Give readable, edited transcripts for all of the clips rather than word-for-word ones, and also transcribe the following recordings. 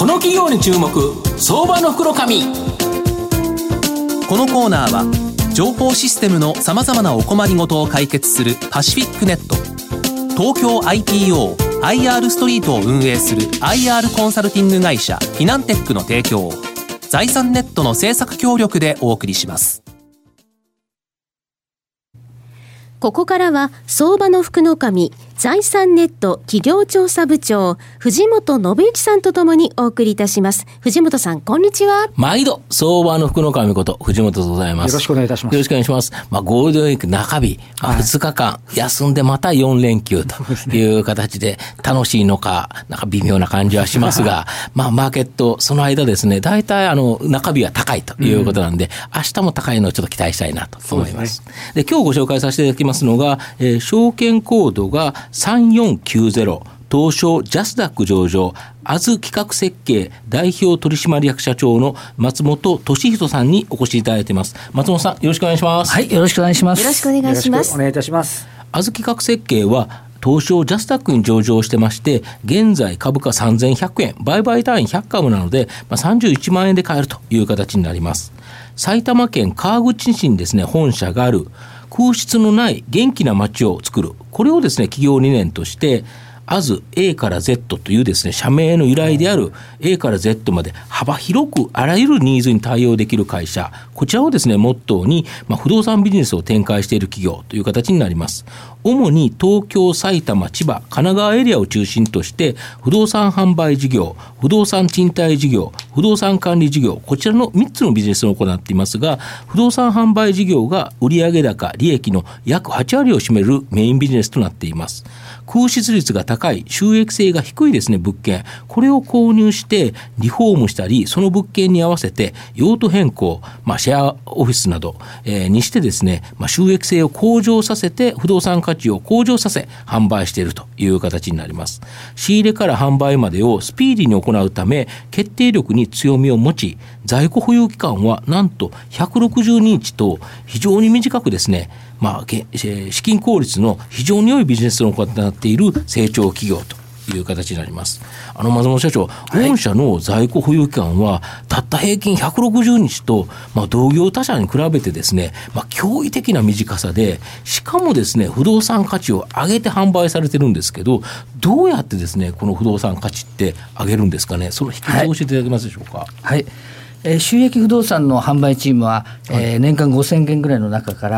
この企業に注目、相場の福の神。 このコーナーは情報システムのさまざまなお困りごとを解決するパシフィックネット、東京 IPO、IR ストリートを運営する IR コンサルティング会社フィナンテックの提供を財産ネットの制作協力でお送りします。 ここからは相場の福の神、財産ネット企業調査部長藤本信之さんとともにお送りいたします。藤本さん、こんにちは。 毎度相場の福の神こと藤本でございます。 よろしくお願いいたします。 よろしくお願いします。ゴールデンウィーク中日、2日間休んでまた4連休という形で楽しいのかなんか微妙な感じはしますがマーケットその間ですね、だいたい中日は高いということなんで、明日も高いのをちょっと期待したいなと思います。で、今日ご紹介させていただきますのが、証券コードが3490、東証ジャスダック上場、アズ企画設計代表取締役社長の松本俊人さんにお越しいただいています。松本さん、よろしくお願いします。 はい、よろしくお願いします。 よろしくお願いします。 お願いいたします。 アズ企画設計は東証ジャスダックに上場してまして、現在株価3100円、売買単位100株なので、31万円で買えるという形になります。埼玉県川口市にですね、本社がある空室のない元気な街を作る、これをですね、企業理念としてアズ A から Z というですね、社名の由来である A から Z まで幅広くあらゆるニーズに対応できる会社、こちらをですねモットーに、不動産ビジネスを展開している企業という形になります。主に東京、埼玉、千葉、神奈川エリアを中心として不動産販売事業、不動産賃貸事業、不動産管理事業、こちらの3つのビジネスを行っていますが、不動産販売事業が売上高利益の約8割を占めるメインビジネスとなっています。空室率が高い、収益性が低いですね、物件、これを購入してリフォームしたり、その物件に合わせて用途変更、シェアオフィスなど、にしてですね、収益性を向上させて不動産価値を向上させ販売しているという形になります。仕入れから販売までをスピーディーに行うため、決定力に強みを持ち、在庫保有期間はなんと160日と非常に短くですね、資金効率の非常に良いビジネスを行っている成長企業という形になります。松本社長、御社の在庫保有期間はたった平均160日と、同業他社に比べてですね、驚異的な短さで、しかもですね、不動産価値を上げて販売されてるんですけど、どうやってですね、この不動産価値って上げるんですかね。その秘訣を教えていただけますでしょうか。 はい、収益不動産の販売チームは、年間5000件ぐらいの中から、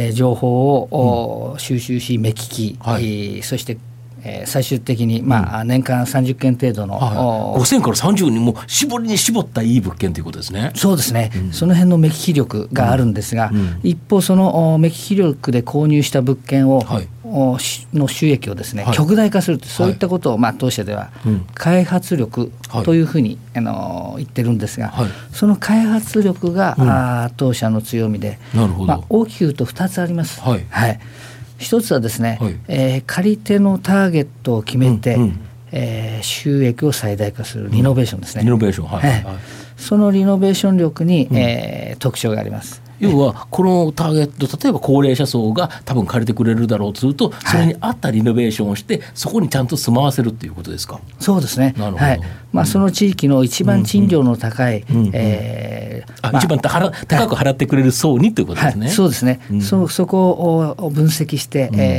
情報を、収集し目利き、そして最終的に、年間30件程度の、 5000から30にも絞りに絞ったいい物件ということですね。 そうですね、その辺の目利き力があるんですが、一方その目利き力で購入した物件を、の収益をですね、極大化すると、そういったことを、当社では開発力というふうに、言ってるんですが、その開発力が、当社の強みで、大きく言うと2つあります。一つはですね、借り手のターゲットを決めて、収益を最大化するリノベーションですね。リノベーション、そのリノベーション力に、特徴があります。 要はこのターゲット、例えば高齢者層が多分借りてくれるだろうとすると、それに合ったリノベーションをして、そこにちゃんと住まわせるということですか。 そうですね。なるほど。その地域の一番賃料の高い、 一番高く払ってくれる層にということですね。 そうですね。そこを分析して、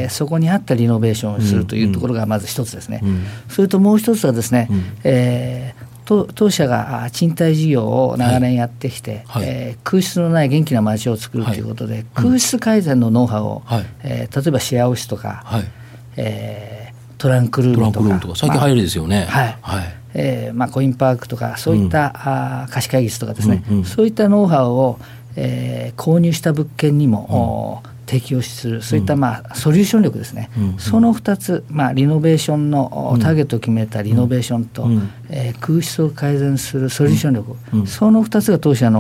そこに合ったリノベーションをするというところがまず一つですね。それともう一つはですね、当社が賃貸事業を長年やってきて、空室のない元気な街を作るということで、空室改善のノウハウを、例えばシェアオフィスとか、トランクルームとか最近流行りですよね。 コインパークとかそういった、貸し会議室とかですね、そういったノウハウを、購入した物件にも、適用する、そういった、ソリューション力ですね、その2つ、リノベーションのターゲットを決めたリノベーションと、空室を改善するソリューション力、その2つが当社の、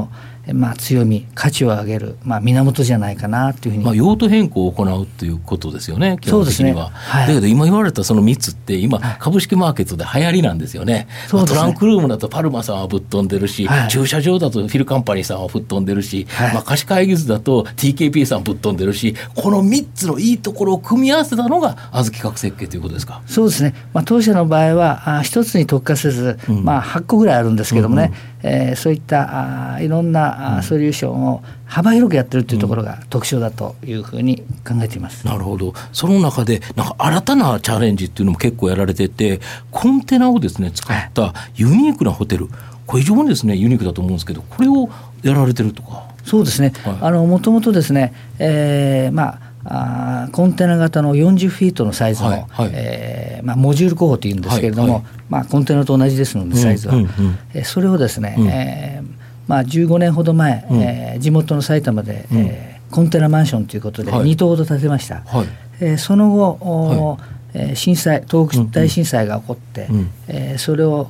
強み価値を上げる、源じゃないかなというふうに、 用途変更を行うということですよね、基本的には。だけど今言われたその3つって今、株式マーケットで流行りなんですよね。トランクルームだとパルマさんはぶっ飛んでるし、駐車場だとフィルカンパニーさんはぶっ飛んでるし、貸し会議室だと TKP さんぶっ飛んでるし、この3つのいいところを組み合わせたのが小豆核設計ということですか。 そうですね、当社の場合は1つに特化せず、8個ぐらいあるんですけどもね、そういったいろんなソリューションを幅広くやってるというところが特徴だというふうに考えています。 なるほど。その中でなんか新たなチャレンジっていうのも結構やられてて、コンテナをですね使ったユニークなホテル、これ非常にですねユニークだと思うんですけど、これをやられてるとか。 そうですね、もともとですね、コンテナ型の40フィートのサイズの、モジュール工法というんですけれども、コンテナと同じですのでサイズは、それをですね、15年ほど前、地元の埼玉で、コンテナマンションということで2棟ほど建てました。その後、震災、東北大震災が起こって、それを、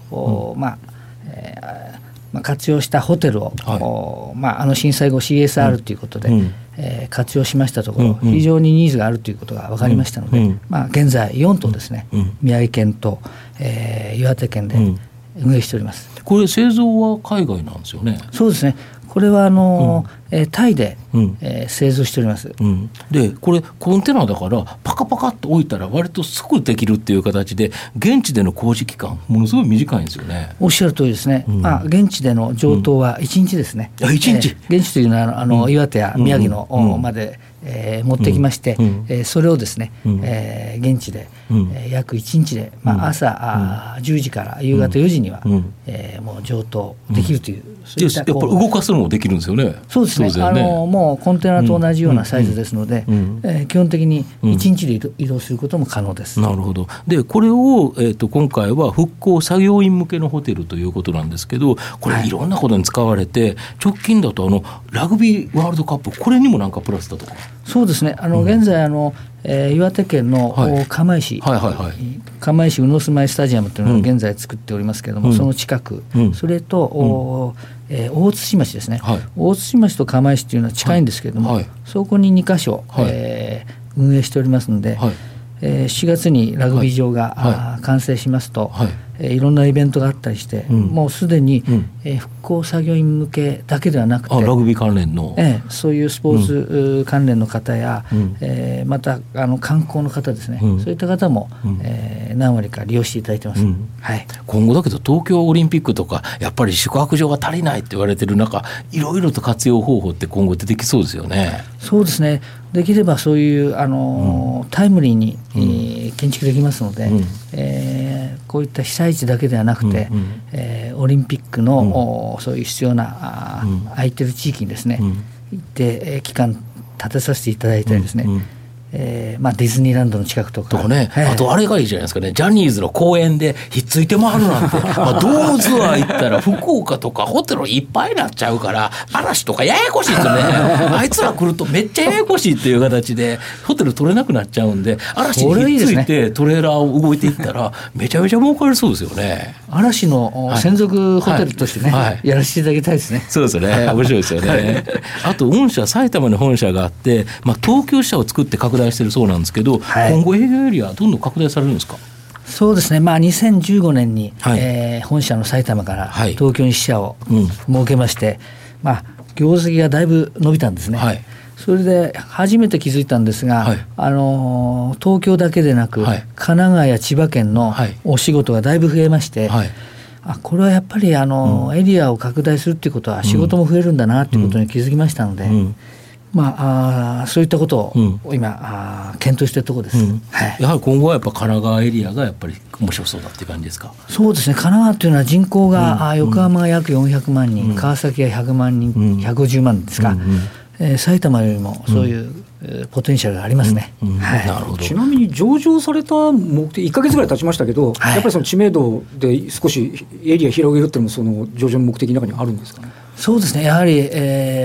活用したホテルを、震災後 CSR ということで、活用しましたところ、非常にニーズがあるということが分かりましたので、現在4棟ですね、宮城県と、岩手県で運営しております。 これ製造は海外なんですよね。 そうですね、これはタイで、製造しております。 でこれコンテナだからパカパカっと置いたら割とすぐできるっていう形で、現地での工事期間ものすごい短いんですよね。 おっしゃる通りですね、現地での上等は1日ですね。 1日、 現地というのは岩手や宮城の、まで持ってきまして、それをですね、現地で、約1日で、朝10時から夕方4時には、もう上等できるという、 やっぱり動かすのもできるんですよね。 そうですね、もうコンテナと同じようなサイズですので、基本的に1日で移動することも可能です。 なるほど。でこれを、今回は復興作業員向けのホテルということなんですけど、これいろんなことに使われて、直近だとラグビーワールドカップ、これにもなんかプラスだとか。 そうですね、現在岩手県の釜石、釜石宇野住まいスタジアムというのを現在作っておりますけれども、その近く、それと、大津町ですね、大津町と釜石というのは近いんですけれども、そこに2カ所、運営しておりますので、4月にラグビー場が、完成しますと、いろんなイベントがあったりして、もうすでに、復興作業員向けだけではなくて、 ラグビー関連の、 そういうスポーツ関連の方や、また観光の方ですね、そういった方も、何割か利用していただいてます。 今後だけど東京オリンピックとかやっぱり宿泊場が足りないって言われてる中、いろいろと活用方法って今後出てきそうですよね。 そうですね、できればそういうタイムリーに、建築できますので、こういった被災地だけではなくて、オリンピックの、そういう必要な空いてる地域にですね、行って期間立てさせていただいたりですね、ディズニーランドの近くとかね、あとあれがいいじゃないですかね、ジャニーズの公園でひっついて回るなんてドームツアー行ったら福岡とかホテルいっぱいになっちゃうから、嵐とかややこしいですよねあいつら来るとめっちゃややこしいっていう形でホテル取れなくなっちゃうんで、嵐にひっついてトレーラーを動いていったらめちゃめちゃ儲かりそうですよね。 嵐の専属ホテルとしてね、やらせていただきたいですね。 そうですよね、面白いですよねあと御社埼玉に本社があって、東京支社を作って拡大してるそうなんですけど、今後営業エリアどんどん拡大されるんですか。 そうですね、2015年に、本社の埼玉から東京に支社を設けまして、業績がだいぶ伸びたんですね。それで初めて気づいたんですが、東京だけでなく、神奈川や千葉県のお仕事がだいぶ増えまして、これはやっぱりエリアを拡大するということは仕事も増えるんだなということに気づきましたので、そういったことを今、検討しているところです。 やはり今後はやっぱ神奈川エリアがやっぱり面白そうだっていう感じですか。 そうですね、神奈川というのは人口が、横浜が約400万人、川崎が100万人、150万ですか、埼玉よりもそういうポテンシャルがありますね。 なるほど。 ちなみに上場された目的1ヶ月ぐらい経ちましたけど、やっぱりその知名度で少しエリア広げるっていうのもその上場の目的の中にあるんですかね。 そうですね、やはり、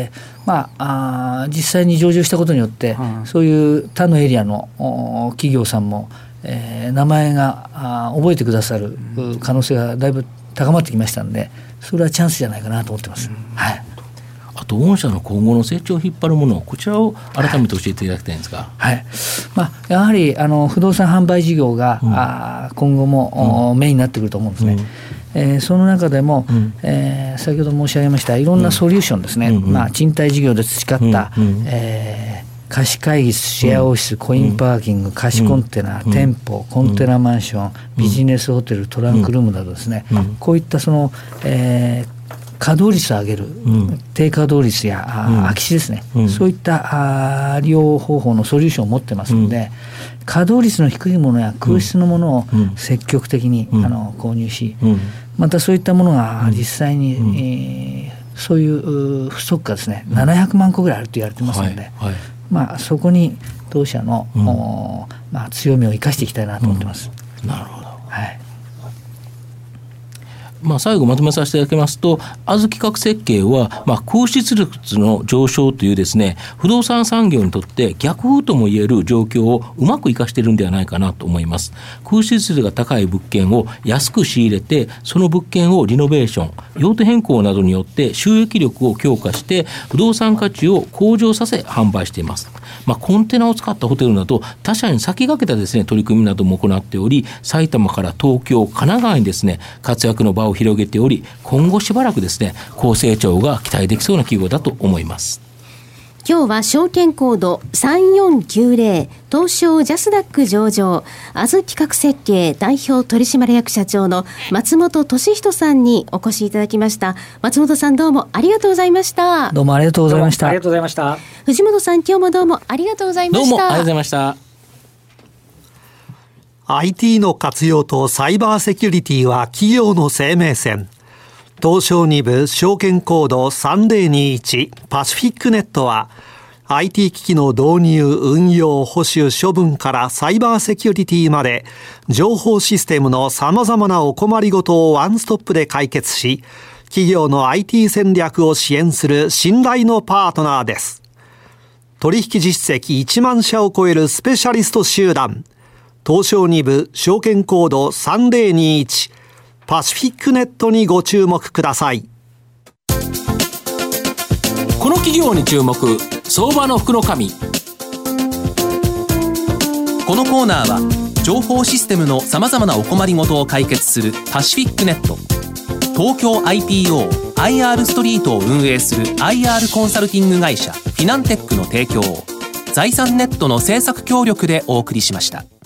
実際に上場したことによって、そういう他のエリアの企業さんも、名前が覚えてくださる可能性がだいぶ高まってきましたので、それはチャンスじゃないかなと思ってます。 あと御社の今後の成長を引っ張るもの、こちらを改めて教えていただきたいんですが、 やはり不動産販売事業が、今後も、メインになってくると思うんですね。その中でも、先ほど申し上げましたいろんなソリューションですね、賃貸事業で培った、貸会議室、シェアオフィス、コインパーキング、貸コンテナ、店舗、コンテナマンション、ビジネスホテル、トランクルームなどですね、こういったその、稼働率を上げる、低稼働率や空き地ですね、そういった利用方法のソリューションを持ってますので、稼働率の低いものや空室のものを積極的に、購入し、またそういったものが実際に、そういう不足がですね、700万個ぐらいあると言われてますので、そこに当社の、強みを生かしていきたいなと思ってます。 なるほど。最後まとめさせていただきますと、あず企画設計は、空室率の上昇というですね、不動産産業にとって逆風ともいえる状況をうまく生かしているんではないかなと思います。空室率が高い物件を安く仕入れて、その物件をリノベーション、用途変更などによって収益力を強化して不動産価値を向上させ販売しています。コンテナを使ったホテルなど他社に先駆けたですね、取り組みなども行っており、埼玉から東京、神奈川にですね、活躍の場を広げており、今後しばらくですね、高成長が期待できそうな企業だと思います。 今日は証券コード3490東証ジャスダック上場あず企画設計代表取締役社長の松本俊人さんにお越しいただきました。松本さん、どうもありがとうございました。 どうもありがとうございました。 ありがとうございました。 藤本さん、今日もどうもありがとうございました。 どうもありがとうございました。 IT の活用とサイバーセキュリティは企業の生命線。東証2部証券コード3021パシフィックネットは IT 機器の導入、運用、保守、処分からサイバーセキュリティまで情報システムの様々なお困りごとをワンストップで解決し、企業の IT 戦略を支援する信頼のパートナーです。取引実績1万社を超えるスペシャリスト集団、東証2部証券コード3021パシフィックネットにご注目ください。 この企業に注目、相場の福の神。 このコーナーは情報システムのさまざまなお困りごとを解決するパシフィックネット、東京 IPO、IR ストリートを運営する IR コンサルティング会社フィナンテックの提供を財産ネットの制作協力でお送りしました。